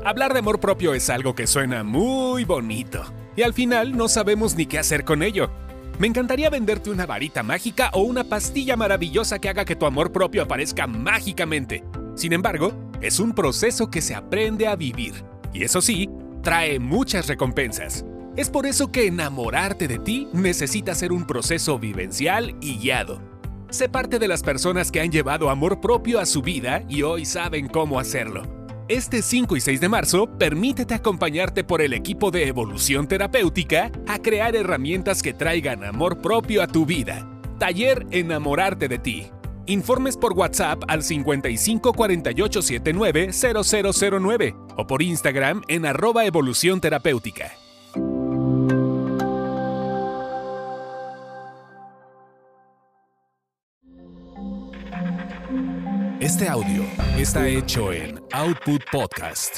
Hablar de amor propio es algo que suena muy bonito, y al final no sabemos ni qué hacer con ello. Me encantaría venderte una varita mágica o una pastilla maravillosa que haga que tu amor propio aparezca mágicamente. Sin embargo, es un proceso que se aprende a vivir, y eso sí, trae muchas recompensas. Es por eso que enamorarte de ti necesita ser un proceso vivencial y guiado. Sé parte de las personas que han llevado amor propio a su vida y hoy saben cómo hacerlo. Este 5 y 6 de marzo, permítete acompañarte por el equipo de Evolución Terapéutica a crear herramientas que traigan amor propio a tu vida. Taller Enamorarte de ti. Informes por WhatsApp al 55 48 79 0009 o por Instagram en @Evolución Terapéutica. Este audio está hecho en Output Podcast.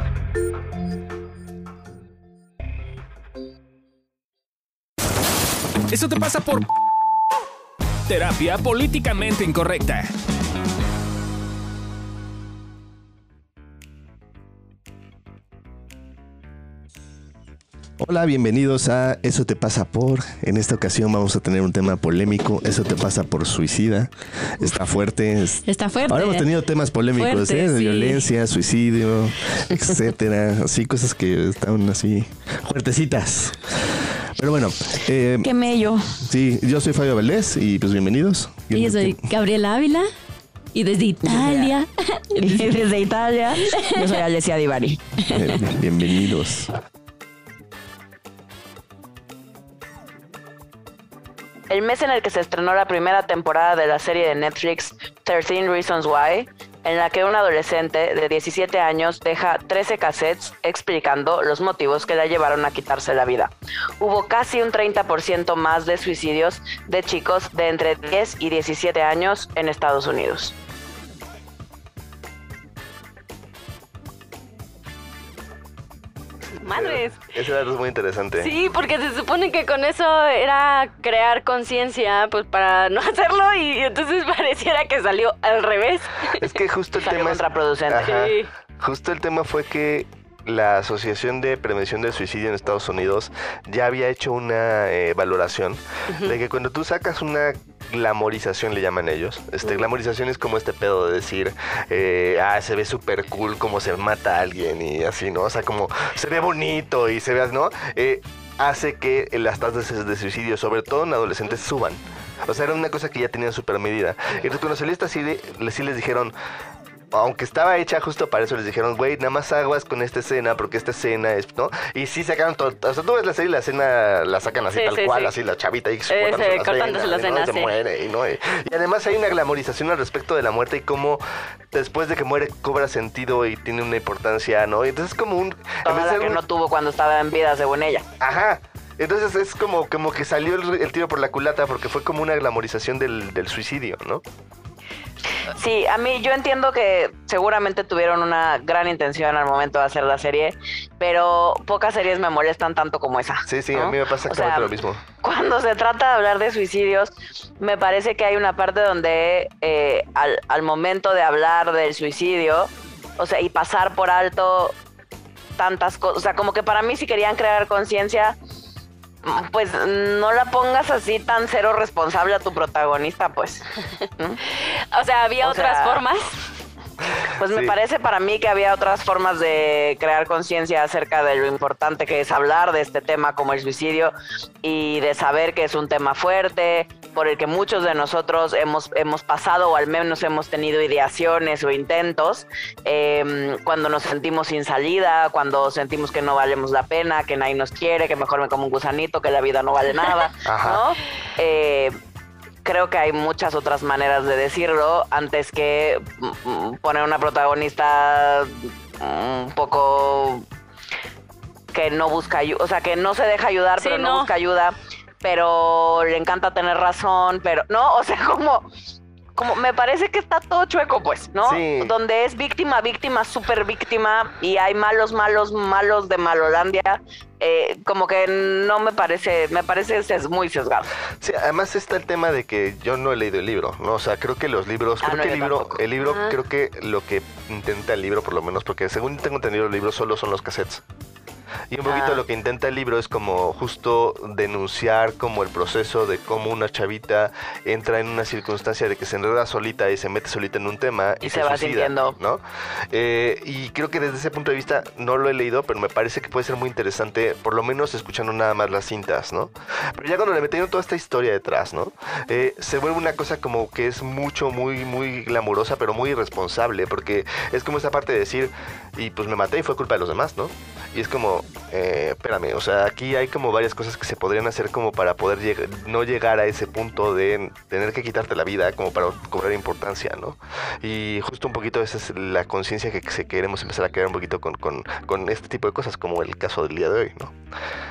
Eso te pasa por terapia políticamente incorrecta. Hola, bienvenidos a Eso te pasa por. En esta ocasión vamos a tener un tema polémico. Eso te pasa por suicida. Está fuerte. Está fuerte. Ahora hemos tenido temas polémicos, fuerte, de sí. violencia, suicidio, etcétera. Así, cosas que están así fuertecitas. Pero bueno. ¡Qué mello! Sí, yo soy Fabio Valdés y pues bienvenidos. Y yo soy Gabriela Ávila. Y desde Italia. Desde Italia, yo soy Alessia Divari. Bienvenidos. El mes en el que se estrenó la primera temporada de la serie de Netflix 13 Reasons Why, en la que un adolescente de 17 años deja 13 cassettes explicando los motivos que la llevaron a quitarse la vida. Hubo casi un 30% más de suicidios de chicos de entre 10 y 17 años en Estados Unidos. Madres. Ese dato es muy interesante. Sí, porque se supone que con eso era crear conciencia, pues para no hacerlo, y entonces pareciera que salió al revés. Es que justo el Salió tema contraproducente. Ajá. Sí. Justo el tema fue que la Asociación de Prevención del Suicidio en Estados Unidos ya había hecho una valoración de que cuando tú sacas una glamorización, le llaman ellos, glamorización es como este pedo de decir, se ve súper cool como se mata a alguien y así, ¿no? O sea, como se ve bonito y se ve, ¿no? Hace que las tasas de suicidio, sobre todo en adolescentes, suban. O sea, era una cosa que ya tenían súper medida. Entonces, cuando salió esta serie, sí les dijeron, aunque estaba hecha justo para eso, les dijeron, güey, nada más aguas con esta escena, porque esta escena es, ¿no? Y sí sacaron todo, o sea, tú ves la serie y la escena la sacan así, tal cual, así, la chavita ahí cortándose la ¿no? escena, Se muere, ¿no? Y además hay una glamorización al respecto de la muerte y cómo después de que muere cobra sentido y tiene una importancia, ¿no? Y entonces es como un... Toda la que no tuvo cuando estaba en vida, según ella. Ajá. Entonces es como que salió el tiro por la culata porque fue como una glamorización del suicidio, ¿no? Sí, a mí yo entiendo que seguramente tuvieron una gran intención al momento de hacer la serie, pero pocas series me molestan tanto como esa. Sí, ¿no? A mí me pasa exactamente lo mismo. Cuando se trata de hablar de suicidios, me parece que hay una parte donde al momento de hablar del suicidio, o sea, y pasar por alto tantas cosas, o sea, como que para mí si querían crear conciencia, pues no la pongas así tan cero responsable a tu protagonista, pues. O sea, había otras formas. Pues Sí. me parece para mí que había otras formas de crear conciencia acerca de lo importante que es hablar de este tema como el suicidio y de saber que es un tema fuerte, por el que muchos de nosotros hemos pasado o al menos hemos tenido ideaciones o intentos cuando nos sentimos sin salida, cuando sentimos que no valemos la pena, que nadie nos quiere, que mejor me como un gusanito, que la vida no vale nada, ¿no? Creo que hay muchas otras maneras de decirlo antes que poner una protagonista un poco que no busca ayuda, o sea, que no se deja ayudar, Sí, pero no no. busca ayuda, pero le encanta tener razón, pero no, o sea, como como me parece que está todo chueco, pues, ¿no? Sí. Donde es víctima, súper víctima, y hay malos de Malolandia, como que no me parece muy sesgado. Sí, además está el tema de que yo no he leído el libro, ¿no? O sea, creo que los libros, el libro, creo que lo que intenta el libro, por lo menos, porque según tengo entendido, los libros solo son los cassettes. Y un poquito lo que intenta el libro es como justo denunciar como el proceso de cómo una chavita entra en una circunstancia de que se enreda solita y se mete solita en un tema y se va suicida, sintiendo, ¿no? Y creo que desde ese punto de vista no lo he leído, pero me parece que puede ser muy interesante, por lo menos escuchando nada más las cintas, ¿no? Pero ya cuando le metieron toda esta historia detrás, ¿no? Se vuelve una cosa como que es muy glamurosa, pero muy irresponsable, porque es como esa parte de decir, y pues me maté y fue culpa de los demás, ¿no? Y es como, espérame, o sea, aquí hay como varias cosas que se podrían hacer como para poder no llegar a ese punto de tener que quitarte la vida como para cobrar importancia, ¿no? Y justo un poquito esa es la conciencia que queremos empezar a crear un poquito con este tipo de cosas, como el caso del día de hoy, ¿no?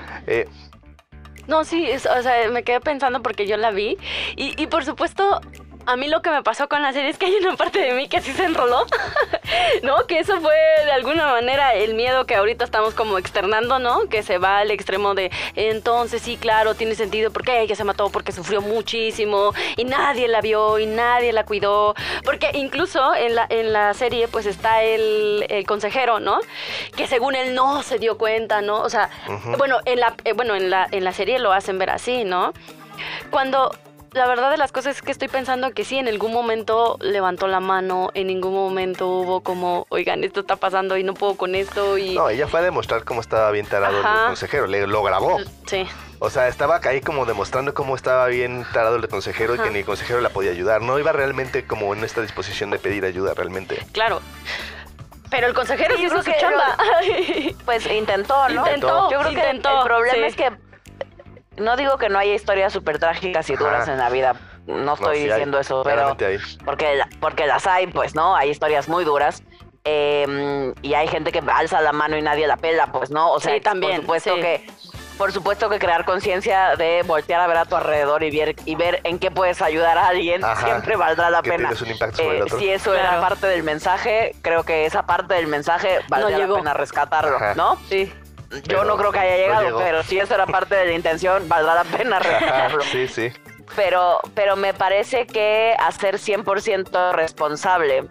No, sí, o sea, me quedé pensando porque yo la vi y por supuesto... A mí lo que me pasó con la serie es que hay una parte de mí que sí se enroló, ¿no? Que eso fue de alguna manera el miedo que ahorita estamos como externando, ¿no? Que se va al extremo de, entonces sí, claro, tiene sentido porque ella se mató porque sufrió muchísimo y nadie la vio y nadie la cuidó. Porque incluso en la serie pues está el consejero, ¿no? Que según él no se dio cuenta, ¿no? O sea, bueno, en la serie lo hacen ver así, ¿no? Cuando... La verdad de las cosas es que estoy pensando que sí, en algún momento levantó la mano, en ningún momento hubo como, oigan, esto está pasando y no puedo con esto y... No, ella fue a demostrar cómo estaba bien tarado el consejero, lo grabó. Sí. O sea, estaba ahí como demostrando cómo estaba bien tarado el consejero y que ni el consejero la podía ayudar. No iba realmente como en esta disposición de pedir ayuda realmente. Claro. Pero el consejero sí hizo su chamba. Pues intentó, ¿no? Yo creo que el problema es que no digo que no haya historias súper trágicas y duras en la vida, no estoy diciendo eso, pero porque las hay, pues, ¿no? Hay historias muy duras y hay gente que alza la mano y nadie la pela, pues, ¿no? O sea, sí, también, por supuesto que crear conciencia de voltear a ver a tu alrededor y ver en qué puedes ayudar a alguien siempre valdrá la pena. Un impacto sobre el otro. Si eso era parte del mensaje, creo que esa parte del mensaje valdría la pena rescatarlo, ¿no? Sí. Yo no creo que haya llegado, pero si eso era parte de la intención, valdrá la pena rescatarlo. Sí. Pero me parece que hacer 100% responsable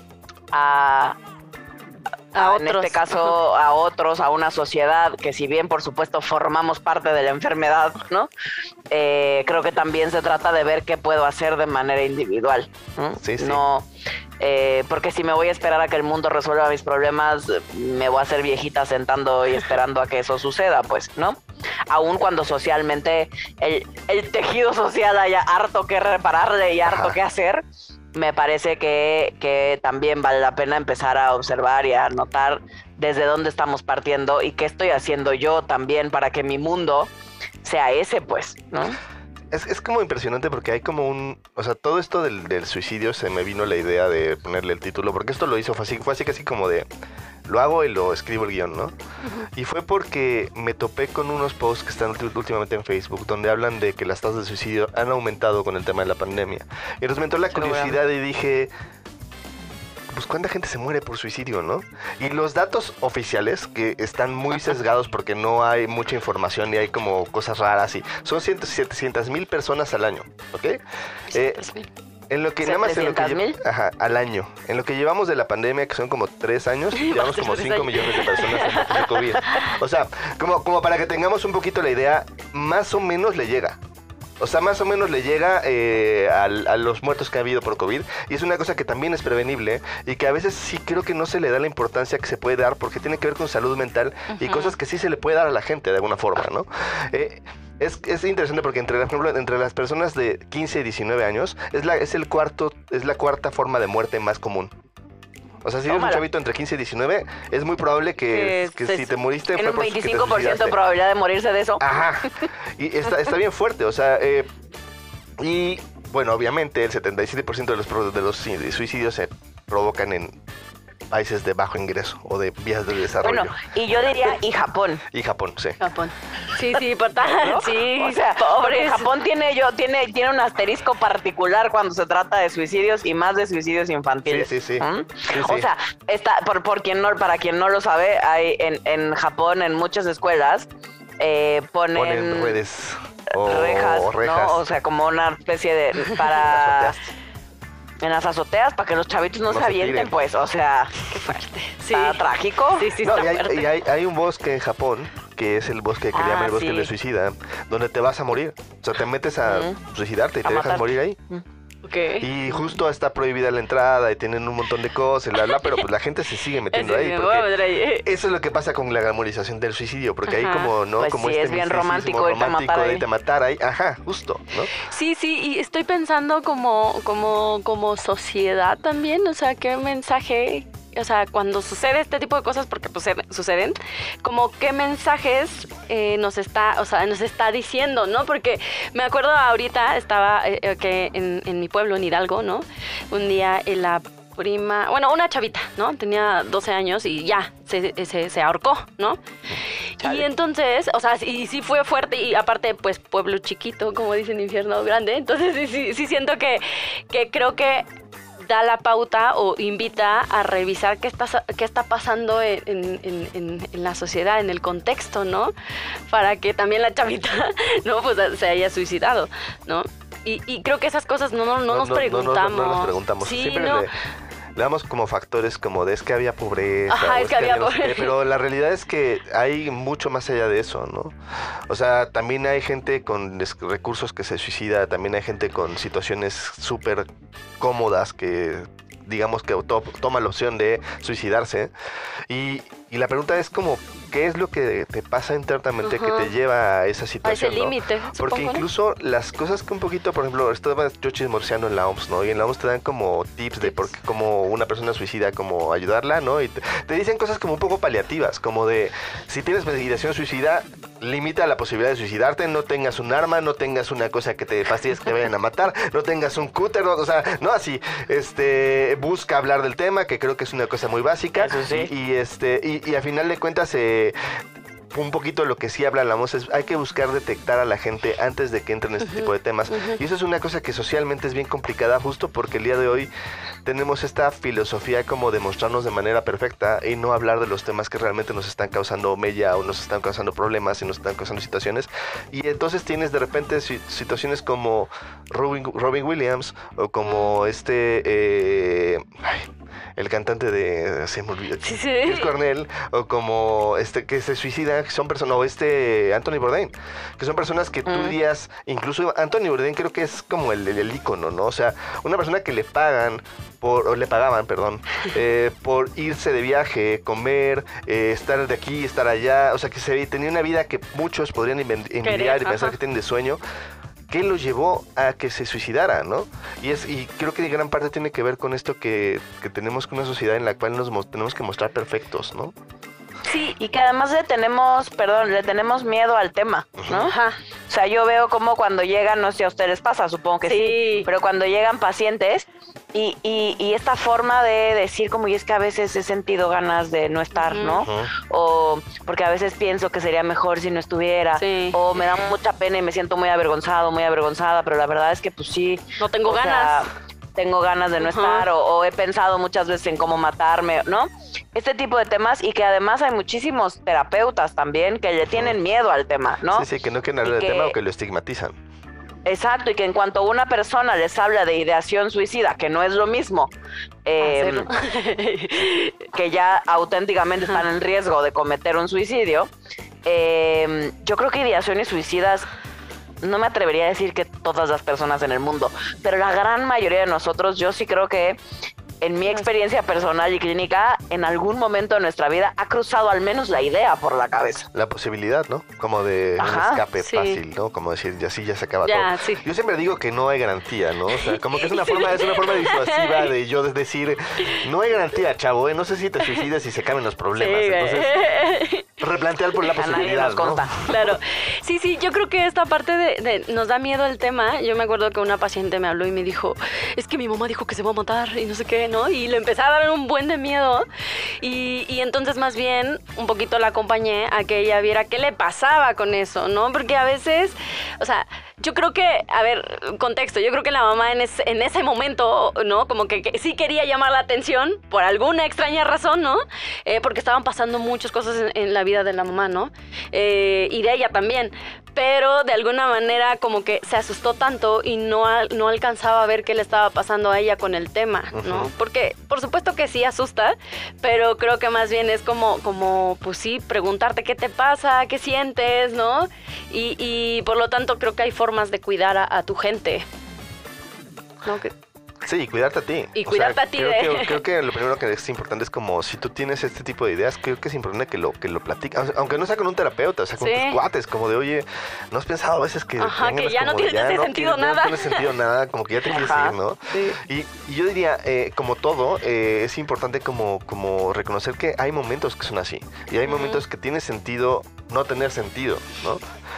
en este caso a otros, a una sociedad que si bien por supuesto formamos parte de la enfermedad, ¿no? Creo que también se trata de ver qué puedo hacer de manera individual, ¿no? Sí. No, porque si me voy a esperar a que el mundo resuelva mis problemas, me voy a hacer viejita sentando y esperando a que eso suceda, pues, ¿no? Aún cuando socialmente el tejido social haya harto que repararle y harto que hacer, me parece que también vale la pena empezar a observar y a notar desde dónde estamos partiendo y qué estoy haciendo yo también para que mi mundo sea ese, pues, ¿no? Es como impresionante porque hay como o sea, todo esto del suicidio se me vino la idea de ponerle el título, porque esto lo hizo, fue así casi como de, lo hago y lo escribo el guión, ¿no? Y fue porque me topé con unos posts que están últimamente en Facebook, donde hablan de que las tasas de suicidio han aumentado con el tema de la pandemia. Y nos me entró la curiosidad y dije, pues cuánta gente se muere por suicidio, ¿no? Y los datos oficiales, que están muy sesgados porque no hay mucha información y hay como cosas raras, y son 700,000 personas al año, ¿ok? 700,000. En lo que nada más al año. En lo que llevamos de la pandemia, que son como 3 años, llevamos como 5 millones de personas en muertes de COVID. O sea, como para que tengamos un poquito la idea, más o menos le llega. O sea, más o menos le llega a los muertos que ha habido por COVID. Y es una cosa que también es prevenible y que a veces sí creo que no se le da la importancia que se puede dar porque tiene que ver con salud mental y cosas que sí se le puede dar a la gente de alguna forma, ¿no? Es interesante porque por ejemplo, entre las personas de 15 y 19 años es la cuarta forma de muerte más común. O sea, si eres un chavito entre 15 y 19, es muy probable que si te moriste fue por 25% de probabilidad de morirse de eso. Ajá. Y está bien fuerte, o sea, y bueno, obviamente el 77% de los suicidios se provocan en países de bajo ingreso o de vías de desarrollo. Bueno, y yo diría, y Japón. Y Japón, sí. Japón. Sí, por tal, ¿No? sí. O sea, porque Japón tiene un asterisco particular cuando se trata de suicidios y más de suicidios infantiles. Sí. Sí, O sea, para quien no lo sabe, hay en Japón, en muchas escuelas, ponen redes o rejas, ¿no? O sea, como una especie de para en las azoteas para que los chavitos no se avienten, tiren. pues, o sea, Qué fuerte. Sí. está trágico. Sí, No, está y fuerte. hay un bosque en Japón, que es el bosque que llaman el bosque sí. del suicida, donde te vas a morir. O sea, te metes a suicidarte y A te dejas matarte. morir ahí. Ok. Y justo está prohibida la entrada y tienen un montón de cosas, pero pues la gente se sigue metiendo ahí. Me voy a Porque meter ahí. eso es lo que pasa con la glamorización del suicidio, porque ahí Ajá. como, ¿no? Pues como sí, es bien misticismo romántico irte a matar de ahí. irte a matar ahí. Ajá, justo, ¿no? Sí, y estoy pensando como sociedad también, o sea, qué mensaje, o sea, cuando sucede este tipo de cosas, porque pues suceden, como qué mensajes nos está diciendo, ¿no? Porque me acuerdo ahorita, estaba que en mi pueblo, en Hidalgo, ¿no? Un día la prima, bueno, una chavita, ¿no? Tenía 12 años y ya, se ahorcó, ¿no? Chale. Y entonces, o sea, sí fue fuerte y aparte, pues, pueblo chiquito, como dicen, infierno grande. Entonces, sí siento que creo que da la pauta o invita a revisar qué está pasando en la sociedad, en el contexto, ¿no? Para que también la chavita, ¿no? Pues se haya suicidado, ¿no? Y creo que esas cosas no nos preguntamos. No nos preguntamos. Sí, Siempre no. le damos como factores como de es que había pobreza. Ajá, o es que había no sé qué, pobreza. pero la realidad es que hay mucho más allá de eso, ¿no? O sea, también hay gente con recursos que se suicida, también hay gente con situaciones súper cómodas que digamos que toma la opción de suicidarse. Y la pregunta es como, ¿qué es lo que te pasa internamente que te lleva a esa situación? A ese límite, Porque supongo, ¿no? incluso las cosas que un poquito, por ejemplo, estaba yo chismorseando en la OMS, ¿no? Y en la OMS te dan como tips de por qué, como una persona suicida, como ayudarla, ¿no? Y te dicen cosas como un poco paliativas, como de, si tienes ideación suicida, limita la posibilidad de suicidarte, no tengas un arma, no tengas una cosa que te fastidies que te vayan a matar, no tengas un cúter, o sea, no así, busca hablar del tema, que creo que es una cosa muy básica. Eso sí. Y a final de cuentas, un poquito lo que sí hablamos es hay que buscar detectar a la gente antes de que entren en este tipo de temas. Y eso es una cosa que socialmente es bien complicada, justo porque el día de hoy tenemos esta filosofía como de mostrarnos de manera perfecta y no hablar de los temas que realmente nos están causando mella o nos están causando problemas y nos están causando situaciones. Y entonces tienes de repente situaciones como Robin Williams o como el cantante de se me olvidó, Sí. Chris Cornell, o como que se suicida, que son personas, o Anthony Bourdain, que son personas que tú dirías, incluso Anthony Bourdain creo que es como el ícono, ¿no? O sea, una persona que le pagaban, por irse de viaje, comer, estar de aquí, estar allá, o sea, que tenía una vida que muchos podrían envidiar y pensar que tienen de sueño. ¿Qué lo llevó a que se suicidara, no? Y creo que de gran parte tiene que ver con esto que tenemos una sociedad en la cual nos tenemos que mostrar perfectos, ¿no? Sí, y que además le tenemos miedo al tema, ¿no? Ajá. O sea, yo veo como cuando llegan, no sé si a ustedes pasa, supongo que sí, pero cuando llegan pacientes y esta forma de decir como, y es que a veces he sentido ganas de no estar, ¿no? O porque a veces pienso que sería mejor si no estuviera, Sí. o me da mucha pena y me siento muy avergonzado, muy avergonzada, pero la verdad es que pues sí. No tengo o sea, ganas. tengo ganas de no estar, o he pensado muchas veces en cómo matarme, ¿no? Este tipo de temas, y que además hay muchísimos terapeutas también que le tienen miedo al tema, ¿no? Sí, que no quieren hablar del tema o que lo estigmatizan. Exacto, y que en cuanto una persona les habla de ideación suicida, que no es lo mismo, que ya auténticamente están en riesgo de cometer un suicidio, yo creo que ideaciones suicidas, no me atrevería a decir que todas las personas en el mundo, pero la gran mayoría de nosotros, yo sí creo que en mi experiencia personal y clínica, en algún momento de nuestra vida ha cruzado al menos la idea por la cabeza. La posibilidad, ¿no? Como de un escape fácil, ¿no? Como decir, ya se acaba todo. Sí. Yo siempre digo que no hay garantía, ¿no? O sea, como que es una forma disuasiva de yo decir, no hay garantía, chavo, no sé si te suicides y se acaben los problemas. Sí, Entonces, replantear por la A nadie posibilidad, nos consta. ¿no? Claro. Sí, yo creo que esta parte de nos da miedo el tema. Yo me acuerdo que una paciente me habló y me dijo, es que mi mamá dijo que se va a matar y no sé qué, ¿no? Y le empecé a dar un buen de miedo y entonces más bien un poquito la acompañé a que ella viera qué le pasaba con eso, ¿no? Porque a veces, o sea, yo creo que, a ver, contexto, yo creo que la mamá en ese momento, ¿no? Como que sí quería llamar la atención por alguna extraña razón, ¿no? Porque estaban pasando muchas cosas en la vida de la mamá, ¿no? Y de ella también. Pero de alguna manera como que se asustó tanto y no alcanzaba a ver qué le estaba pasando a ella con el tema, ¿no? Porque por supuesto que sí asusta, pero creo que más bien es como pues sí, preguntarte qué te pasa, qué sientes, ¿no? Y por lo tanto creo que hay formas de cuidar a tu gente, ¿no? Sí, y cuidarte a ti. Y cuidarte a ti creo que lo primero que es importante es como si tú tienes este tipo de ideas, creo que es importante que lo platicas, aunque no sea con un terapeuta, o sea, con tus cuates, como de, oye, ¿no has pensado a veces que... que ya no tiene sentido nada? No tiene sentido nada, como que ya te quieres ir, ¿no? Sí. Y yo diría, como todo, es importante como reconocer que hay momentos que son así, y hay momentos que tiene sentido no tener sentido, ¿no?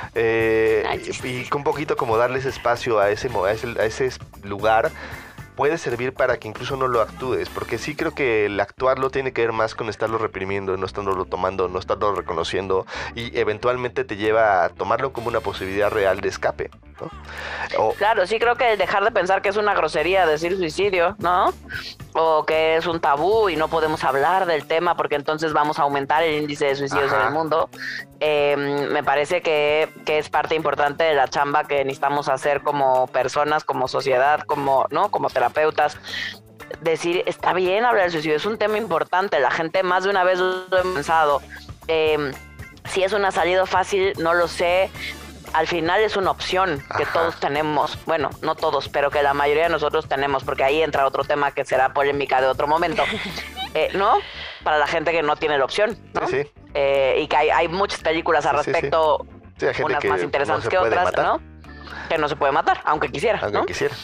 Y un poquito como darle ese espacio a ese lugar puede servir para que incluso no lo actúes, porque sí creo que el actuarlo tiene que ver más con estarlo reprimiendo, no estarlo tomando, no estarlo reconociendo y eventualmente te lleva a tomarlo como una posibilidad real de escape, ¿no? Claro, sí creo que dejar de pensar que es una grosería decir suicidio, ¿no? O que es un tabú y no podemos hablar del tema porque entonces vamos a aumentar el índice de suicidios en el mundo. Me parece que es parte importante de la chamba que necesitamos hacer como personas, como sociedad, como, ¿no? Como terapeutas. Decir, está bien hablar del suicidio, es un tema importante, la gente más de una vez lo ha pensado. Si es una salida fácil, no lo sé. Al final es una opción que todos tenemos, bueno, no todos, pero que la mayoría de nosotros tenemos, porque ahí entra otro tema que será polémica de otro momento, ¿no? Para la gente que no tiene la opción, ¿no? Sí. Y que hay muchas películas al respecto, sí, hay gente unas que más interesantes no que otras, matar, ¿no? Que no se puede matar, aunque quisiera, aunque ¿no? quisiera.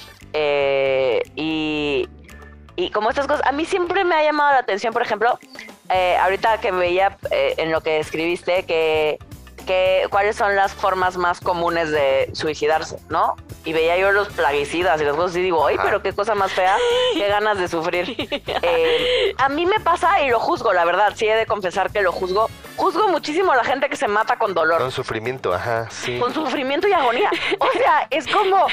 Y como estas cosas, a mí siempre me ha llamado la atención, por ejemplo, ahorita que veía en lo que escribiste que cuáles son las formas más comunes de suicidarse, ¿no? Y veía yo los plaguicidas y las cosas y digo, ¡ay, pero qué cosa más fea! ¡Qué ganas de sufrir! A mí me pasa y lo juzgo, la verdad, sí he de confesar que lo juzgo. Juzgo muchísimo a la gente que se mata con dolor. Con sufrimiento, sí. Con sufrimiento y agonía. O sea, es como...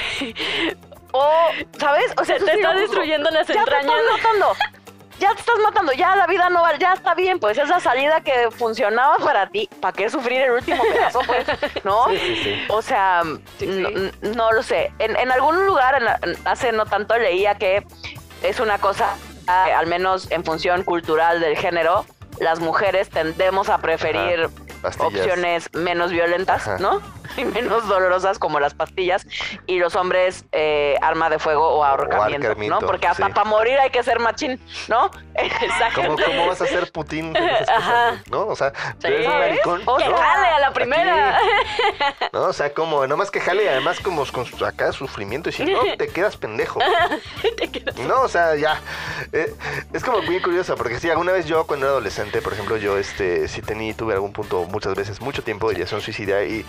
¿sabes? O sea, te está destruyendo las entrañas. Ya te estás matando, ya la vida no vale, ya está bien, pues es la salida que funcionaba para ti. ¿Para qué sufrir el último pedazo, pues? ¿No? Sí. O sea, no lo sé. En algún lugar, hace no tanto, leía que es una cosa, al menos en función cultural del género, las mujeres tendemos a preferir opciones menos violentas, ¿no? Y menos dolorosas como las pastillas, y los hombres arma de fuego o ahorcamiento, ¿no? Porque hasta para morir hay que ser machín, ¿no? Exacto. ¿Cómo vas a ser Putin? ¿No? O sea, eres un maricón. Que jale a la primera. Aquí, ¿no? O sea, como, nomás que jale, además como con acá sufrimiento, y si no, te quedas pendejo. No, o sea, ya. Es como muy curioso, porque sí, alguna vez yo cuando era adolescente, por ejemplo, yo sí tuve algún punto, muchas veces, mucho tiempo de ideación suicida, y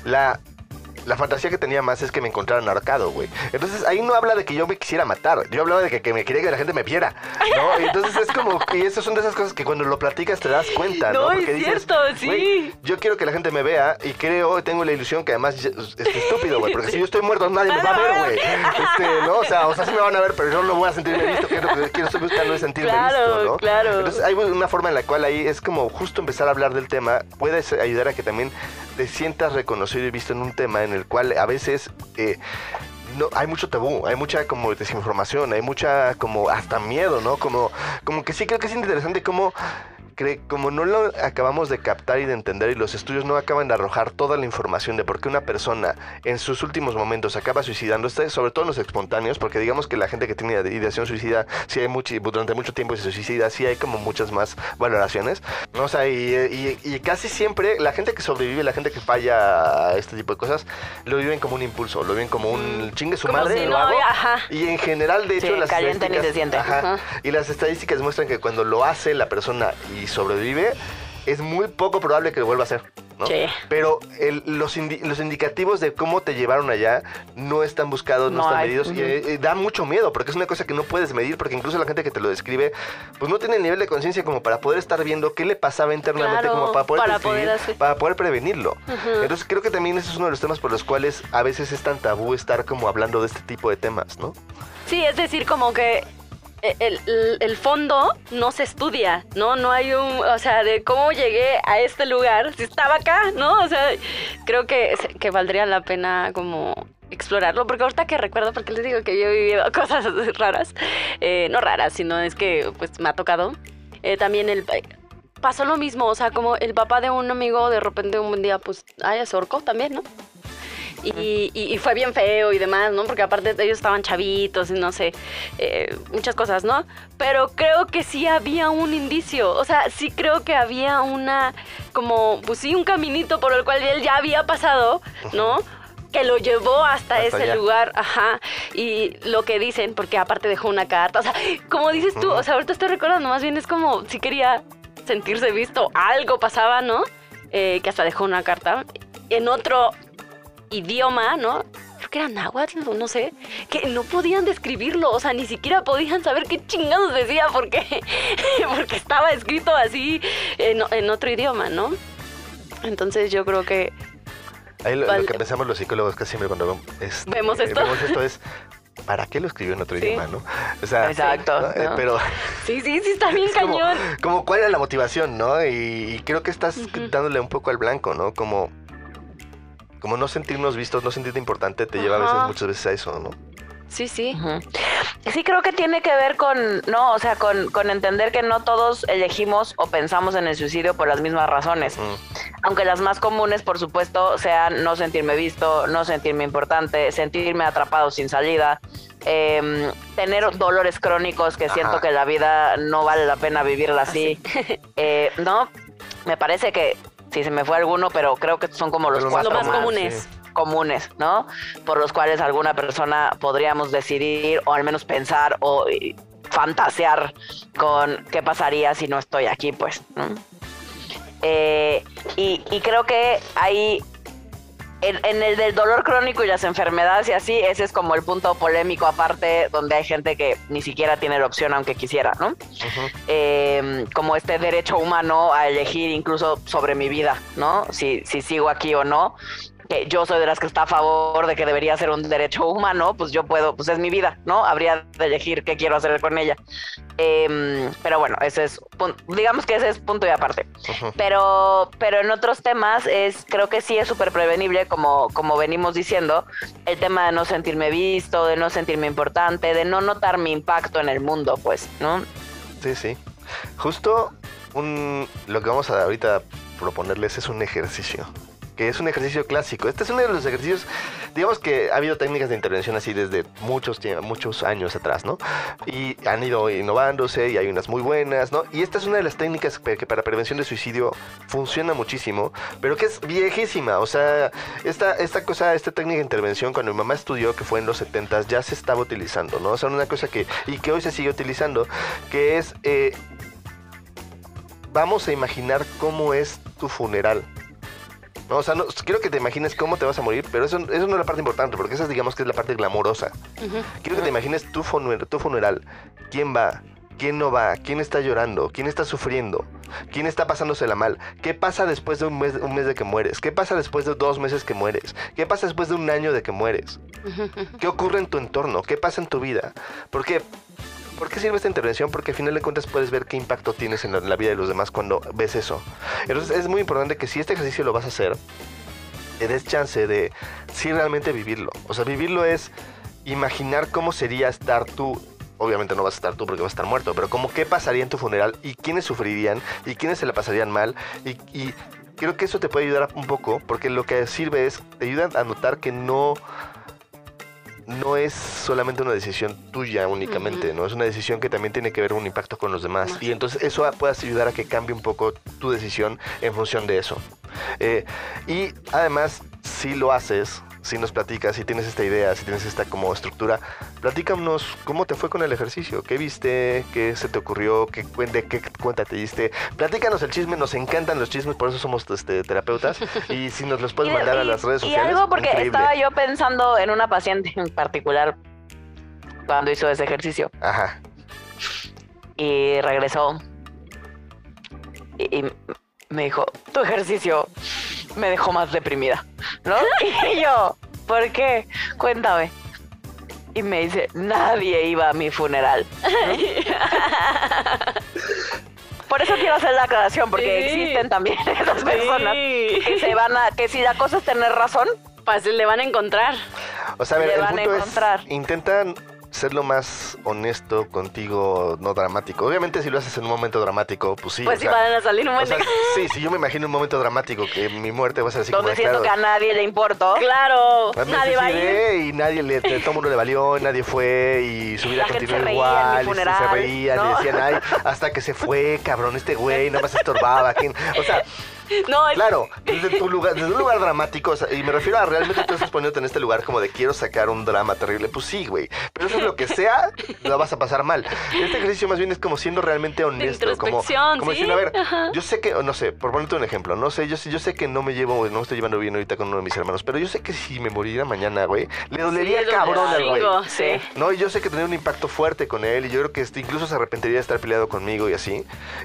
la fantasía que tenía más es que me encontraran ahorcado, güey. Entonces ahí no habla de que yo me quisiera matar. Yo hablaba de que me quería que la gente me viera, ¿no? Y entonces es como que esas son de esas cosas que cuando lo platicas te das cuenta, ¿no? Porque es cierto, sí. Yo quiero que la gente me vea y tengo la ilusión que además es estúpido, güey. Porque si yo estoy muerto nadie me va a ver, güey. ¿No? O sea, sí me van a ver, pero yo no voy a sentirme visto. Quiero estoy buscando es sentirme visto, ¿no? Claro. Entonces hay una forma en la cual ahí es como justo empezar a hablar del tema. Puede ayudar a que también te sientas reconocido y visto en un tema en el cual a veces no, hay mucho tabú, hay mucha como desinformación, hay mucha como hasta miedo, ¿no? Como que sí creo que es interesante como no lo acabamos de captar y de entender, y los estudios no acaban de arrojar toda la información de por qué una persona en sus últimos momentos acaba suicidándose, sobre todo en los espontáneos, porque digamos que la gente que tiene ideación suicida, sí hay durante mucho tiempo se suicida, sí hay como muchas más valoraciones, ¿no? O sea, y casi siempre la gente que sobrevive, la gente que falla a este tipo de cosas, lo viven como un impulso, lo viven como un chingue su como madre, si lo hago. Ajá. Y en general, de hecho, las estadísticas... y las estadísticas muestran que cuando lo hace la persona y sobrevive, es muy poco probable que lo vuelva a hacer, ¿no? Sí. Pero los indicativos de cómo te llevaron allá no están buscados, no están medidos, y da mucho miedo, porque es una cosa que no puedes medir, porque incluso la gente que te lo describe, pues no tiene el nivel de conciencia como para poder estar viendo qué le pasaba internamente, como para poder prevenirlo. Entonces creo que también ese es uno de los temas por los cuales a veces es tan tabú estar como hablando de este tipo de temas, ¿no? Sí, es decir, como que el fondo no se estudia, ¿no? No hay o sea, de cómo llegué a este lugar, si estaba acá, ¿no? O sea, creo que valdría la pena como explorarlo, porque ahorita que recuerdo, porque les digo que yo he vivido cosas raras, no raras, sino es que pues me ha tocado, también pasó lo mismo, o sea, como el papá de un amigo de repente un buen día pues, se ahorcó también, ¿no? Y fue bien feo y demás, ¿no? Porque aparte ellos estaban chavitos y no sé, muchas cosas, ¿no? Pero creo que sí había un indicio, o sea, sí creo que había pues sí, un caminito por el cual él ya había pasado, ¿no? Que lo llevó hasta ese allá. Lugar, y lo que dicen, porque aparte dejó una carta, o sea, como dices tú, o sea, ahorita estoy recordando, más bien es como si quería sentirse visto, algo pasaba, ¿no? Que hasta dejó una carta en otro idioma, ¿no? Creo que era náhuatl, no sé, que no podían describirlo, o sea, ni siquiera podían saber qué chingados decía porque estaba escrito así en otro idioma, ¿no? Entonces yo creo que ahí lo que pensamos los psicólogos casi siempre cuando vemos esto es ¿para qué lo escribió en otro idioma, no? O sea, exacto, ¿no? Pero sí, está bien cañón. Como cuál era la motivación, ¿no? Y creo que estás dándole un poco al blanco, ¿no? Como no sentirnos vistos, no sentirte importante, te lleva muchas veces a eso, ¿no? Sí. Sí, creo que tiene que ver con, ¿no? O sea, con entender que no todos elegimos o pensamos en el suicidio por las mismas razones. Aunque las más comunes, por supuesto, sean no sentirme visto, no sentirme importante, sentirme atrapado sin salida, tener dolores crónicos que siento que la vida no vale la pena vivirla así. ¿No? Me parece que sí se me fue alguno, pero creo que son como los cuatro más comunes. Comunes, ¿no? Por los cuales alguna persona podríamos decidir o al menos pensar o fantasear con qué pasaría si no estoy aquí, pues, ¿no? Y creo que ahí en el del dolor crónico y las enfermedades y así, ese es como el punto polémico aparte, donde hay gente que ni siquiera tiene la opción aunque quisiera, ¿no? Como este derecho humano a elegir incluso sobre mi vida, ¿no? Si sigo aquí o no. Que yo soy de las que está a favor de que debería ser un derecho humano, pues yo puedo, pues es mi vida, ¿no? Habría de elegir qué quiero hacer con ella. Pero bueno, digamos que ese es punto y aparte. Pero en otros temas creo que sí es súper prevenible, como venimos diciendo, el tema de no sentirme visto, de no sentirme importante, de no notar mi impacto en el mundo, pues, ¿no? Sí. Justo lo que vamos a ahorita proponerles es un ejercicio. Que es un ejercicio clásico. Este es uno de los ejercicios, digamos que ha habido técnicas de intervención así desde muchos años atrás, ¿no? Y han ido innovándose y hay unas muy buenas, ¿no? Y esta es una de las técnicas que para prevención de suicidio funciona muchísimo, pero que es viejísima. O sea, esta técnica de intervención, cuando mi mamá estudió, que fue en los 70s, ya se estaba utilizando, ¿no? O sea, una cosa que hoy se sigue utilizando, que es, vamos a imaginar cómo es tu funeral. No, o sea, quiero que te imagines cómo te vas a morir, pero eso no es la parte importante, porque esa digamos que es la parte glamorosa. Quiero que te imagines tu funeral. ¿Quién va? ¿Quién no va? ¿Quién está llorando? ¿Quién está sufriendo? ¿Quién está pasándosela mal? ¿Qué pasa después de un mes de que mueres? ¿Qué pasa después de 2 meses que mueres? ¿Qué pasa después de 1 año de que mueres? ¿Qué ocurre en tu entorno? ¿Qué pasa en tu vida? ¿Por qué sirve esta intervención? Porque al final de cuentas puedes ver qué impacto tienes en la vida de los demás cuando ves eso. Entonces es muy importante que si este ejercicio lo vas a hacer, te des chance de sí realmente vivirlo. O sea, vivirlo es imaginar cómo sería estar tú. Obviamente no vas a estar tú porque vas a estar muerto, pero como qué pasaría en tu funeral y quiénes sufrirían y quiénes se la pasarían mal y creo que eso te puede ayudar un poco, porque lo que sirve es, te ayuda a notar que no es solamente una decisión tuya únicamente, ¿no? Es una decisión que también tiene que ver un impacto con los demás. Y entonces eso puede ayudar a que cambie un poco tu decisión en función de eso. Y además, si lo haces, si nos platicas, si tienes esta idea, si tienes esta como estructura, platícanos cómo te fue con el ejercicio, qué viste, qué se te ocurrió, qué cuenta te diste. Platícanos el chisme, nos encantan los chismes, por eso somos terapeutas. Y si nos los puedes mandar a las redes sociales. Y algo porque increíble. estaba yo pensando en una paciente en particular cuando hizo ese ejercicio. Ajá. Y regresó y me dijo, tu ejercicio me dejó más deprimida, ¿no? Y yo, ¿por qué? Cuéntame. Y me dice, nadie iba a mi funeral, ¿no? Por eso quiero hacer la aclaración, porque existen también esas personas que se van a, que si la cosa es tener razón, pues le van a encontrar. O sea, a ver, Le el van a punto encontrar. es, intentan ser lo más honesto contigo, no dramático. Obviamente si lo haces en un momento dramático, pues sí. Pues sí, van a salir un o momento. sea, sí, si yo me imagino un momento dramático que mi muerte va a ser así donde como siento que a nadie le importó. Claro, me nadie va a ir. suicidé y nadie todo el mundo le valió, nadie fue y su vida La gente continuó se reía igual, en mi y funeral, se reían ¿no? y decían, ay, hasta que se fue, cabrón, este güey, nada más estorbaba. O sea, No, claro, desde un lugar dramático, o sea, y me refiero a realmente tú estás poniéndote en este lugar como de quiero sacar un drama terrible, pues sí, güey, pero eso es lo que sea, la vas a pasar mal. Este ejercicio más bien es como siendo realmente honesto, como introspección, ¿sí? diciendo, a ver, Ajá. yo sé que, no sé, por ponerte un ejemplo, no sé, yo sé que no me estoy llevando bien ahorita con uno de mis hermanos, pero yo sé que si me moriera mañana, güey, le dolería Sí, cabrón al güey. chingo, sí. No, y yo sé que tendría un impacto fuerte con él, y yo creo que incluso se arrepentiría de estar peleado conmigo y así.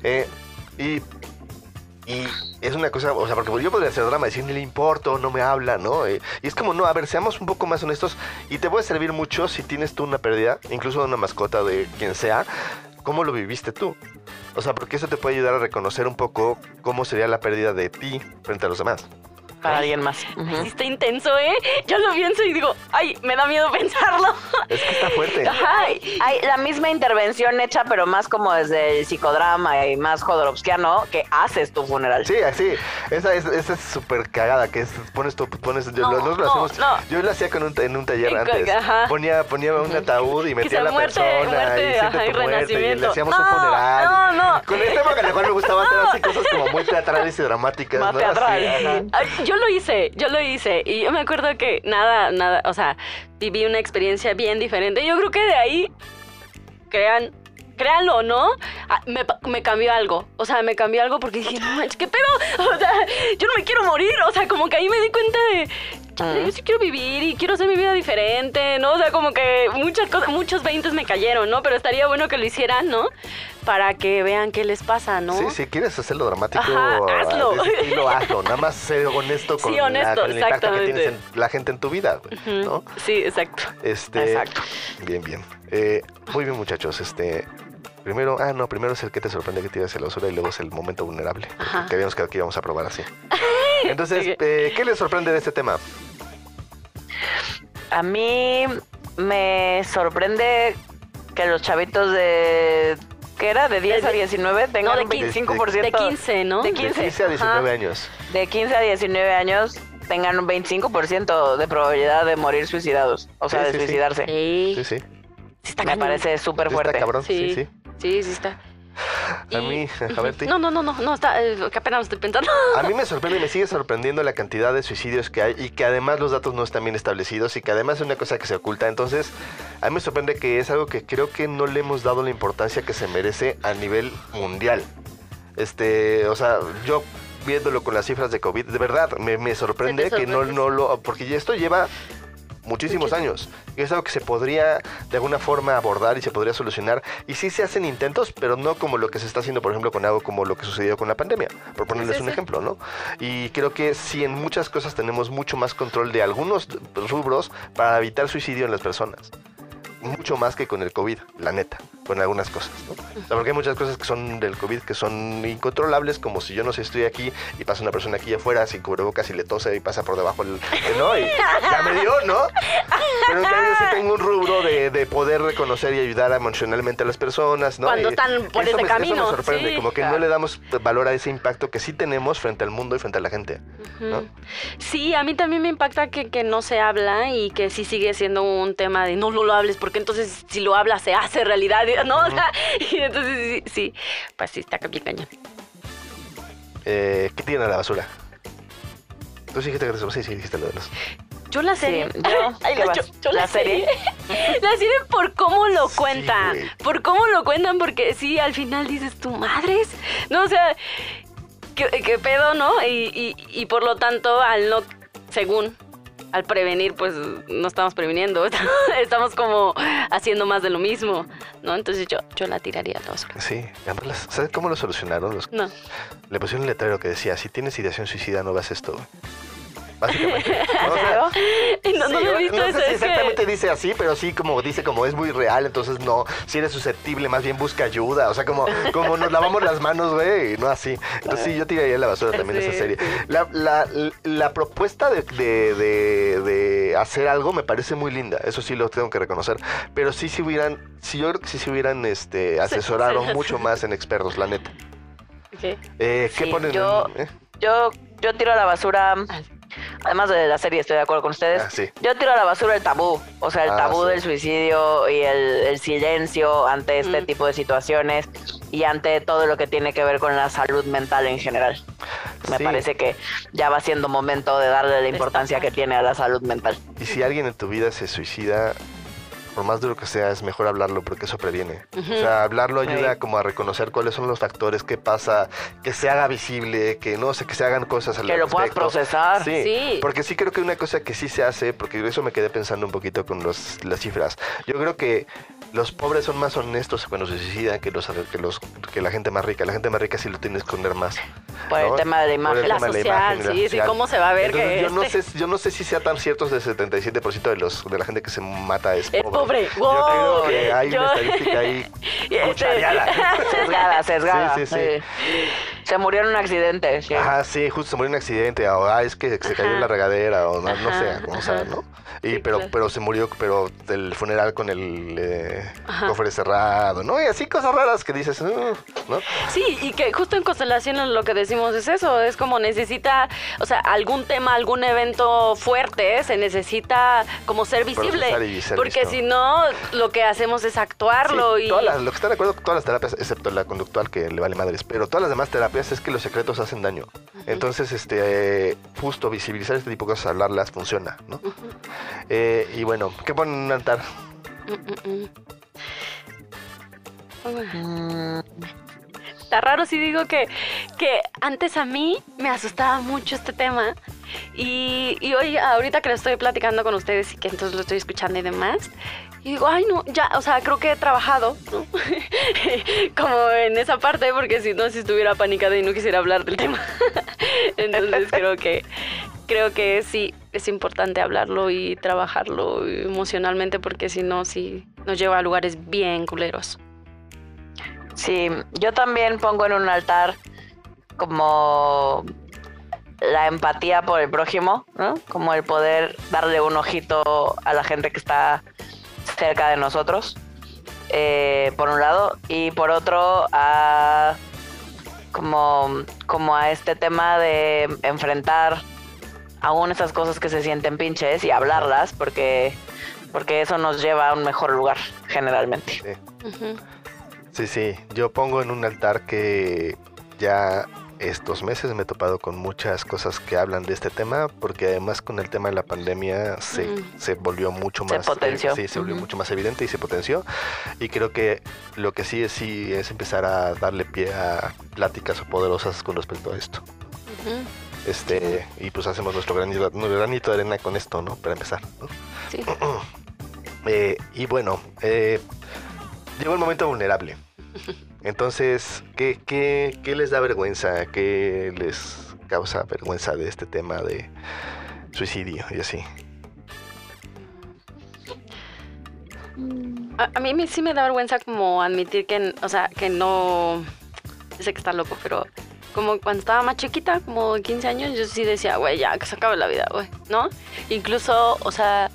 Y es una cosa, o sea, porque yo podría hacer drama, decir, ni le importo, no me habla, ¿no? Y es como, no, a ver, seamos un poco más honestos y te puede servir mucho si tienes tú una pérdida, incluso de una mascota de quien sea, ¿cómo lo viviste tú? O sea, porque eso te puede ayudar a reconocer un poco cómo sería la pérdida de ti frente a los demás. Para alguien más. Ujú. Sí está intenso, ¿eh? Yo lo pienso y digo, ay, me da miedo pensarlo. Es que está fuerte. Ajá. Hay la misma intervención hecha, pero más como desde el psicodrama y más jodorowskiano, que haces tu funeral. Sí, así. Esa es súper cagada, que es, nosotros lo hacemos. no. Yo lo hacía en un taller En- antes. ajá. Ponía un ataúd y metía sea a la muerte, persona y siente ajá, y tu muerte y le renacimiento. hacíamos No, un funeral. no. Con este tema que le gustaba hacer así cosas como muy teatrales y dramáticas, Más ¿no? teatral. Así, ajá. Ay, yo lo hice y yo me acuerdo que nada, o sea, viví una experiencia bien diferente. Yo creo que de ahí, créanlo o no, me cambió algo. O sea, me cambió algo porque dije, no manches, ¿qué pedo? O sea, yo no me quiero morir. O sea, como que ahí me di cuenta de, yo sí quiero vivir y quiero hacer mi vida diferente, ¿no? O sea, como que muchas cosas, muchos 20 me cayeron, ¿no? Pero estaría bueno que lo hicieran, ¿no? Para que vean qué les pasa, ¿no? Sí, si quieres hacerlo dramático, Ajá, hazlo. de ese estilo, hazlo. Nada más ser honesto con, Sí, honesto, con el impacto que exactamente. tienes en la gente en tu vida, güey, ¿no? Sí, exacto. Exacto. Bien. Muy bien, muchachos. Primero es el que te sorprende que tienes la basura y luego es el momento vulnerable. Ajá. Que habíamos quedado que íbamos a probar así. Entonces, Ok. ¿qué les sorprende de este tema? A mí me sorprende que los chavitos de... ¿Qué era? ¿De 10 a 19? Tengan No, un de 25%. De 15, ¿no? De De 15. 15 a 19 Ajá. años. De 15 a 19 años tengan un 25% de probabilidad de morir suicidados. O sea, Sí, de sí, sí. suicidarse. Sí. Sí, sí. Sí está Me cañón. parece súper Está fuerte. cabrón. Sí, sí. Sí está. A mí, a ver, ti. No, está, que apenas estoy pensando. A mí me sorprende y me sigue sorprendiendo la cantidad de suicidios que hay y que además los datos no están bien establecidos y que además es una cosa que se oculta. Entonces, a mí me sorprende que es algo que creo que no le hemos dado la importancia que se merece a nivel mundial. O sea, yo viéndolo con las cifras de COVID, de verdad, me sorprende ¿Se te que sorprende? no lo... Porque ya esto lleva muchísimos años. Y es algo que se podría de alguna forma abordar y se podría solucionar. Y sí se hacen intentos, pero no como lo que se está haciendo, por ejemplo, con algo como lo que sucedió con la pandemia, por ponerles un ejemplo, ¿no? Y creo que sí en muchas cosas tenemos mucho más control de algunos rubros para evitar suicidio en las personas. Mucho más que con el COVID, la neta, con algunas cosas, ¿no? O sea, porque hay muchas cosas que son del COVID que son incontrolables, como si yo no sé, estoy aquí y pasa una persona aquí afuera sin cubrebocas y le tose y pasa por debajo ¿no? Y ya me dio, ¿no? Pero en cambio sí tengo un rubro de poder reconocer y ayudar emocionalmente a las personas, ¿no? Cuando Y están por eso ese camino, Eso me sorprende, sí, como que claro. no le damos valor a ese impacto que sí tenemos frente al mundo y frente a la gente, ¿no? Sí, a mí también me impacta que no se habla y que sí sigue siendo un tema de no lo hables porque entonces si lo hablas se hace realidad, ¿no? O sea, y entonces sí, pues sí, está bien cañón. ¿Qué tiran a la basura? Tú sí dijiste que sí, dijiste lo de los... Yo la serie. Sí, yo, Ay, ¿qué vas? yo ¿La serie? La serie por cómo lo Sí, cuentan. güey. Por cómo lo cuentan, porque sí, al final dices, ¿tu madres? No, o sea, ¿qué pedo, no? Y por lo tanto, al no, según, al prevenir, pues no estamos previniendo. Estamos como haciendo más de lo mismo, ¿no? Entonces yo la tiraría a la basura. Sí, además, ¿sabes cómo lo solucionaron? No. Le pusieron un letrero que decía, si tienes ideación suicida, no veas esto. Básicamente. ¿No? O sea, No sí, lo he visto no eso. sé si Es que... exactamente dice así, pero sí como dice como es muy real, entonces no, si eres susceptible, más bien busca ayuda, o sea, como nos lavamos las manos, güey, no así. Entonces sí, yo tiraría a la basura también Sí, esa serie. sí. La propuesta de hacer algo me parece muy linda, eso sí lo tengo que reconocer, pero sí si yo creo que sí se hubieran asesorado sí. mucho más en expertos, la neta. ¿Qué? ¿Qué Sí, ponen? yo tiro a la basura, además de la serie, estoy de acuerdo con ustedes. Sí. Yo tiro a la basura el tabú, o sea, el tabú sí. del suicidio y el silencio ante este tipo de situaciones y ante todo lo que tiene que ver con la salud mental en general. Me Sí. parece que ya va siendo momento de darle la importancia que tiene a la salud mental. Y si alguien en tu vida se suicida, por más duro que sea, es mejor hablarlo porque eso previene. O sea, hablarlo ayuda Sí. como a reconocer cuáles son los factores, qué pasa, que se haga visible, que no sé, que se hagan cosas al Que lo puedas respecto. procesar. Sí, Sí. porque sí creo que una cosa que sí se hace, porque eso me quedé pensando un poquito con las cifras. Yo creo que los pobres son más honestos cuando se suicidan que la gente más rica. La gente más rica sí lo tiene que esconder más. Por el ¿no? tema de la Por el imagen. La tema de social, imagen, sí, ¿cómo se va a ver Entonces, que yo no sé si sea tan cierto ese 77% de la gente que se mata es pobre. pobre. Yo Wow. creo que hay Yo- una estadística ahí cuchareada. Sesgada. Sí, sí, sí. Se murió en un accidente. Sí. Ajá, sí, justo se murió en un accidente, o es que se cayó en la regadera, o no sé, o sea, ¿no? Y Sí, pero claro. se murió, pero del funeral con el Ajá. cerrado, ¿no? Y así cosas raras que dices, ¿no? Sí, y que justo en Constelaciones lo que decimos es eso, es como necesita, o sea, algún tema, algún evento fuerte, se necesita como ser visible, Procesar y ser porque visto. si no, lo que hacemos es actuarlo Sí, y... lo que están de acuerdo con todas las terapias, excepto la conductual que le vale madres, pero todas las demás terapias es que los secretos hacen daño. Entonces, justo visibilizar este tipo de cosas, hablarlas, funciona, ¿no? Y bueno, ¿qué ponen en un altar? Está raro si digo que antes a mí me asustaba mucho este tema y hoy, ahorita que lo estoy platicando con ustedes y que entonces lo estoy escuchando y demás, y digo, ay no, ya, o sea, creo que he trabajado, ¿no? Como en esa parte, porque si no, si estuviera panicada y no quisiera hablar del tema. Entonces creo que sí, es importante hablarlo y trabajarlo emocionalmente, porque si no, sí nos lleva a lugares bien culeros. Sí, yo también pongo en un altar como la empatía por el prójimo, ¿no? Como el poder darle un ojito a la gente que está cerca de nosotros, por un lado, y por otro a como a este tema de enfrentar aún esas cosas que se sienten pinches y hablarlas, porque eso nos lleva a un mejor lugar generalmente. Sí. Ujú. Sí, yo pongo en un altar que ya estos meses me he topado con muchas cosas que hablan de este tema, porque además con el tema de la pandemia se volvió mucho Se más... potenció. Sí, se volvió mucho más evidente y se potenció. Y creo que lo que sí es empezar a darle pie a pláticas poderosas con respecto a esto. Ujú. Y pues hacemos nuestro granito de arena con esto, ¿no? Para empezar, ¿no? Sí. Y bueno, llegó el momento vulnerable. Entonces, ¿qué les da vergüenza? ¿Qué les causa vergüenza de este tema de suicidio y así? A mí sí me da vergüenza como admitir que, o sea, que no... Yo sé que está loco, pero como cuando estaba más chiquita, como de 15 años, yo sí decía, güey, ya, que se acabe la vida, güey, ¿no? Incluso, o sea,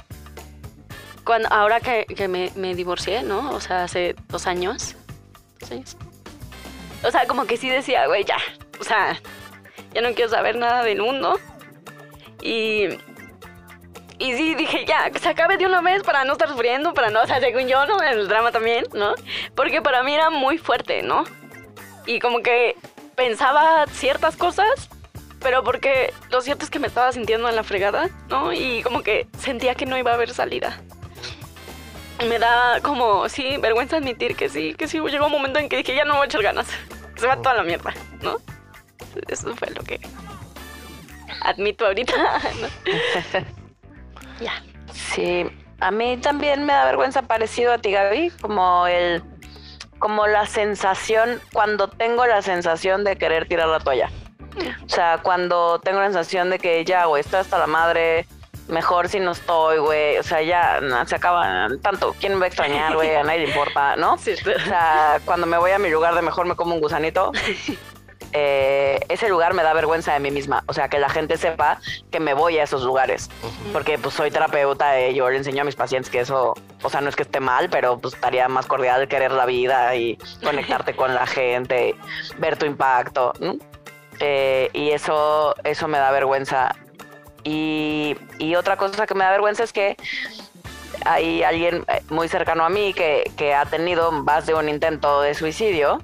ahora que me divorcié, ¿no? O sea, hace 2 años. 2 años. O sea, como que sí decía, güey, ya, o sea, ya no quiero saber nada del mundo. Y sí, dije, ya, que se acabe de una vez para no estar sufriendo, para no, o sea, según yo, ¿no? En el drama también, ¿no? Porque para mí era muy fuerte, ¿no? Y como que pensaba ciertas cosas pero porque lo cierto es que me estaba sintiendo en la fregada, ¿no? Y como que sentía que no iba a haber salida. Me da como, sí, vergüenza admitir que sí, llegó un momento en que dije, ya no voy a echar ganas, se va toda la mierda, ¿no? Eso fue lo que admito ahorita, ¿no? Ya. Sí, a mí también me da vergüenza parecido a ti, Gaby, como la sensación, cuando tengo la sensación de querer tirar la toalla. O sea, cuando tengo la sensación de que ya, güey, estoy hasta la madre, mejor si no estoy, güey, o sea, ya se acaba tanto, ¿quién me va a extrañar, güey? A nadie le importa, ¿no? Sí. O sea, cuando me voy a mi lugar de mejor me como un gusanito, ese lugar me da vergüenza de mí misma, o sea, que la gente sepa que me voy a esos lugares, porque pues soy terapeuta, yo le enseño a mis pacientes que eso, o sea, no es que esté mal, pero pues estaría más cordial querer la vida y conectarte con la gente, ver tu impacto, ¿no? Y eso me da vergüenza. Y otra cosa que me da vergüenza es que hay alguien muy cercano a mí que ha tenido más de un intento de suicidio,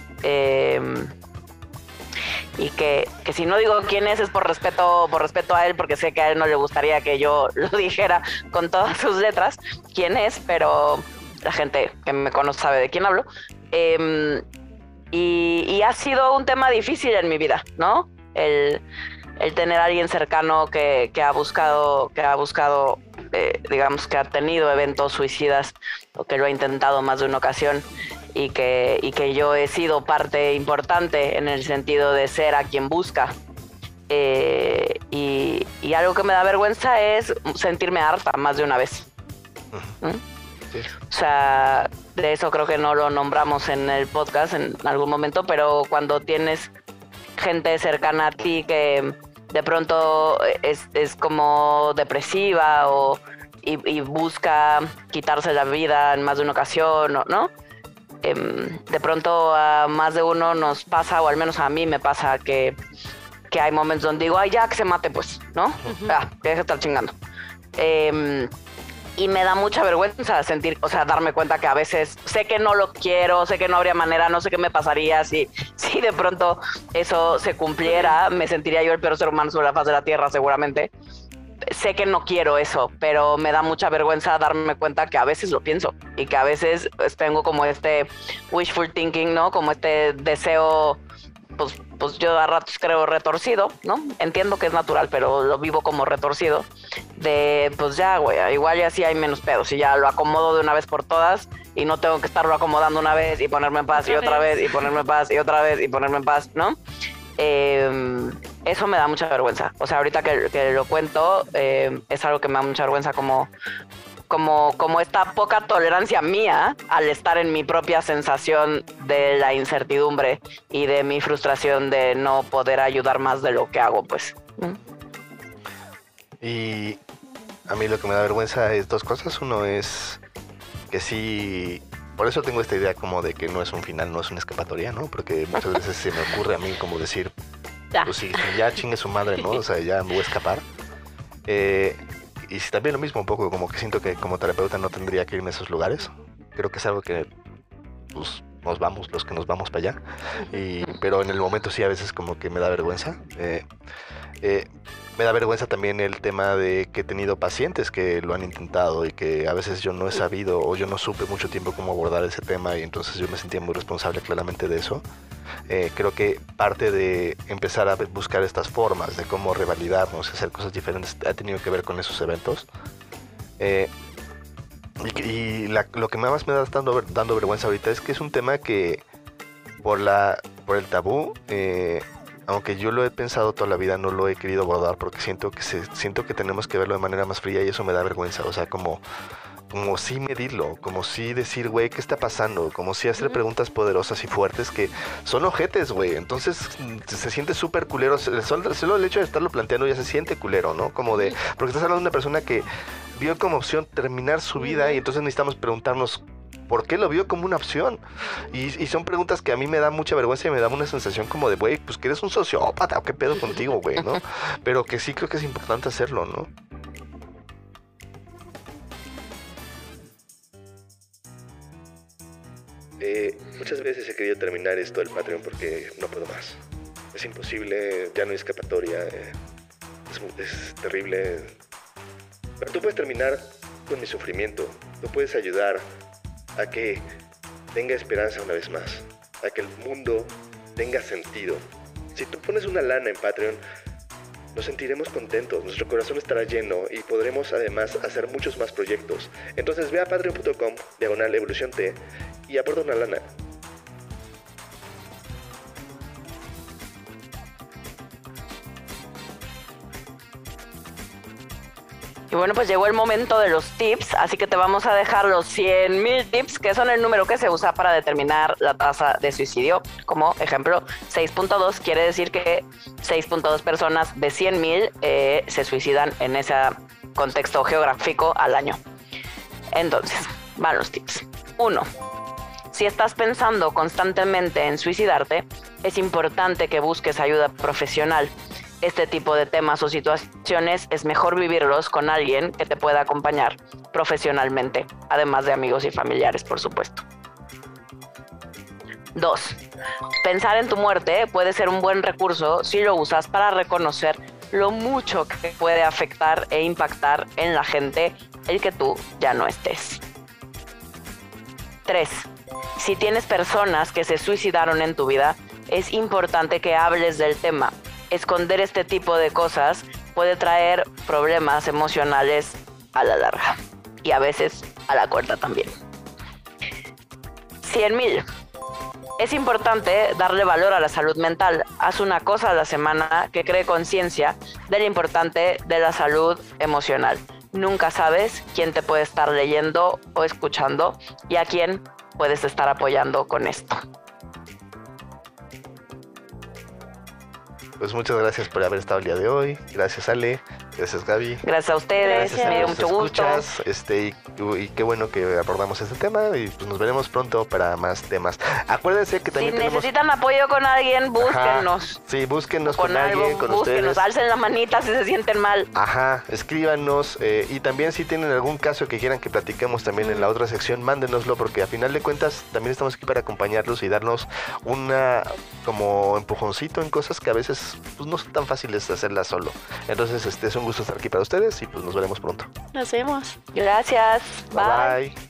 y que si no digo quién es por respeto a él, porque sé que a él no le gustaría que yo lo dijera con todas sus letras quién es, pero la gente que me conoce sabe de quién hablo. Y ha sido un tema difícil en mi vida, ¿no? El tener a alguien cercano que ha buscado, digamos, que ha tenido eventos suicidas o que lo ha intentado más de una ocasión, y que yo he sido parte importante en el sentido de ser a quien busca. Y algo que me da vergüenza es sentirme harta más de una vez. Sí. O sea, de eso creo que no lo nombramos en el podcast en algún momento, pero cuando tienes gente cercana a ti que de pronto es como depresiva y busca quitarse la vida en más de una ocasión, ¿no? De pronto a más de uno nos pasa, o al menos a mí me pasa, que hay momentos donde digo, ay, ya que se mate, pues, ¿no? Que deje de estar chingando. Y me da mucha vergüenza sentir, o sea, darme cuenta que a veces sé que no lo quiero, sé que no habría manera, no sé qué me pasaría si de pronto eso se cumpliera, me sentiría yo el peor ser humano sobre la faz de la tierra, seguramente. Sé que no quiero eso, pero me da mucha vergüenza darme cuenta que a veces lo pienso y que a veces tengo como este wishful thinking, ¿no? Como este deseo, pues yo a ratos creo retorcido, ¿no? Entiendo que es natural, pero lo vivo como retorcido, de pues ya, güey, igual ya sí hay menos pedos y ya lo acomodo de una vez por todas y no tengo que estarlo acomodando una vez y ponerme en paz y otra vez y ponerme en paz y otra vez y ponerme en paz, ¿no? Eso me da mucha vergüenza. O sea, ahorita que lo cuento, es algo que me da mucha vergüenza, como esta poca tolerancia mía al estar en mi propia sensación de la incertidumbre y de mi frustración de no poder ayudar más de lo que hago, pues. Y a mí lo que me da vergüenza es dos cosas. Uno es que sí, por eso tengo esta idea como de que no es un final, no es una escapatoria, ¿no? Porque muchas veces se me ocurre a mí como decir, pues sí, ya chingue su madre, ¿no? O sea, ya me voy a escapar. Y también lo mismo un poco, como que siento que como terapeuta no tendría que irme a esos lugares. Creo que es algo que pues nos vamos, los que nos vamos para allá. Pero en el momento sí a veces como que me da vergüenza. Me da vergüenza también el tema de que he tenido pacientes que lo han intentado y que a veces yo no he sabido o yo no supe mucho tiempo cómo abordar ese tema, y entonces yo me sentía muy responsable claramente de eso. Creo que parte de empezar a buscar estas formas de cómo revalidarnos, hacer cosas diferentes, ha tenido que ver con esos eventos. Lo que más me está dando vergüenza ahorita es que es un tema que por el tabú, aunque yo lo he pensado toda la vida, no lo he querido abordar porque siento que tenemos que verlo de manera más fría, y eso me da vergüenza. O sea, como sí medirlo, como sí decir, güey, ¿qué está pasando? Como sí hacer preguntas poderosas y fuertes que son ojetes, güey. Entonces se siente súper culero. Solo el hecho de estarlo planteando ya se siente culero, ¿no? Como de, porque estás hablando de una persona que vio como opción terminar su vida, y entonces necesitamos preguntarnos ¿por qué lo vio como una opción? Y son preguntas que a mí me da mucha vergüenza y me da una sensación como de, güey, pues que eres un sociópata, ¿o qué pedo contigo, güey, no? Pero que sí creo que es importante hacerlo, ¿no? Muchas veces he querido terminar esto del Patreon porque no puedo más. es imposible, ya no hay escapatoria, es terrible. Pero tú puedes terminar con mi sufrimiento, tú puedes ayudar a que tenga esperanza una vez más, a que el mundo tenga sentido. Si tú pones una lana en Patreon, nos sentiremos contentos, nuestro corazón estará lleno y podremos además hacer muchos más proyectos. Entonces ve a patreon.com/evoluciont y aporta una lana. Y bueno, pues llegó el momento de los tips, así que te vamos a dejar los 100,000 tips, que son el número que se usa para determinar la tasa de suicidio. Como ejemplo, 6.2 quiere decir que 6.2 personas de 100,000 se suicidan en ese contexto geográfico al año. Entonces, van los tips. 1. Si estás pensando constantemente en suicidarte, es importante que busques ayuda profesional. Este tipo de temas o situaciones es mejor vivirlos con alguien que te pueda acompañar profesionalmente, además de amigos y familiares, por supuesto. 2. Pensar en tu muerte puede ser un buen recurso si lo usas para reconocer lo mucho que puede afectar e impactar en la gente el que tú ya no estés. 3. Si tienes personas que se suicidaron en tu vida, es importante que hables del tema. Esconder este tipo de cosas puede traer problemas emocionales a la larga y a veces a la corta también. 100,000. Es importante darle valor a la salud mental. Haz una cosa a la semana que cree conciencia de lo importante de la salud emocional. Nunca sabes quién te puede estar leyendo o escuchando y a quién puedes estar apoyando con esto. Pues muchas gracias por haber estado el día de hoy. Gracias, Ale. Gracias, Gaby. Gracias a ustedes. Gracias, Me dio mucho gusto. Y qué bueno que abordamos este tema. Y pues nos veremos pronto para más temas. Acuérdense que también si necesitan apoyo con alguien, búsquennos. Ajá, sí, búsquennos con algo, alguien, con búsquennos, ustedes. alcen la manita si se sienten mal. Ajá, escríbanos. Y también si tienen algún caso que quieran que platiquemos también en la otra sección, mándenoslo, porque a final de cuentas también estamos aquí para acompañarlos y darnos una como empujoncito en cosas que a veces pues no son tan fáciles de hacerlas solo. Entonces es un gusto estar aquí para ustedes y pues nos veremos pronto. Nos vemos. Gracias. Bye.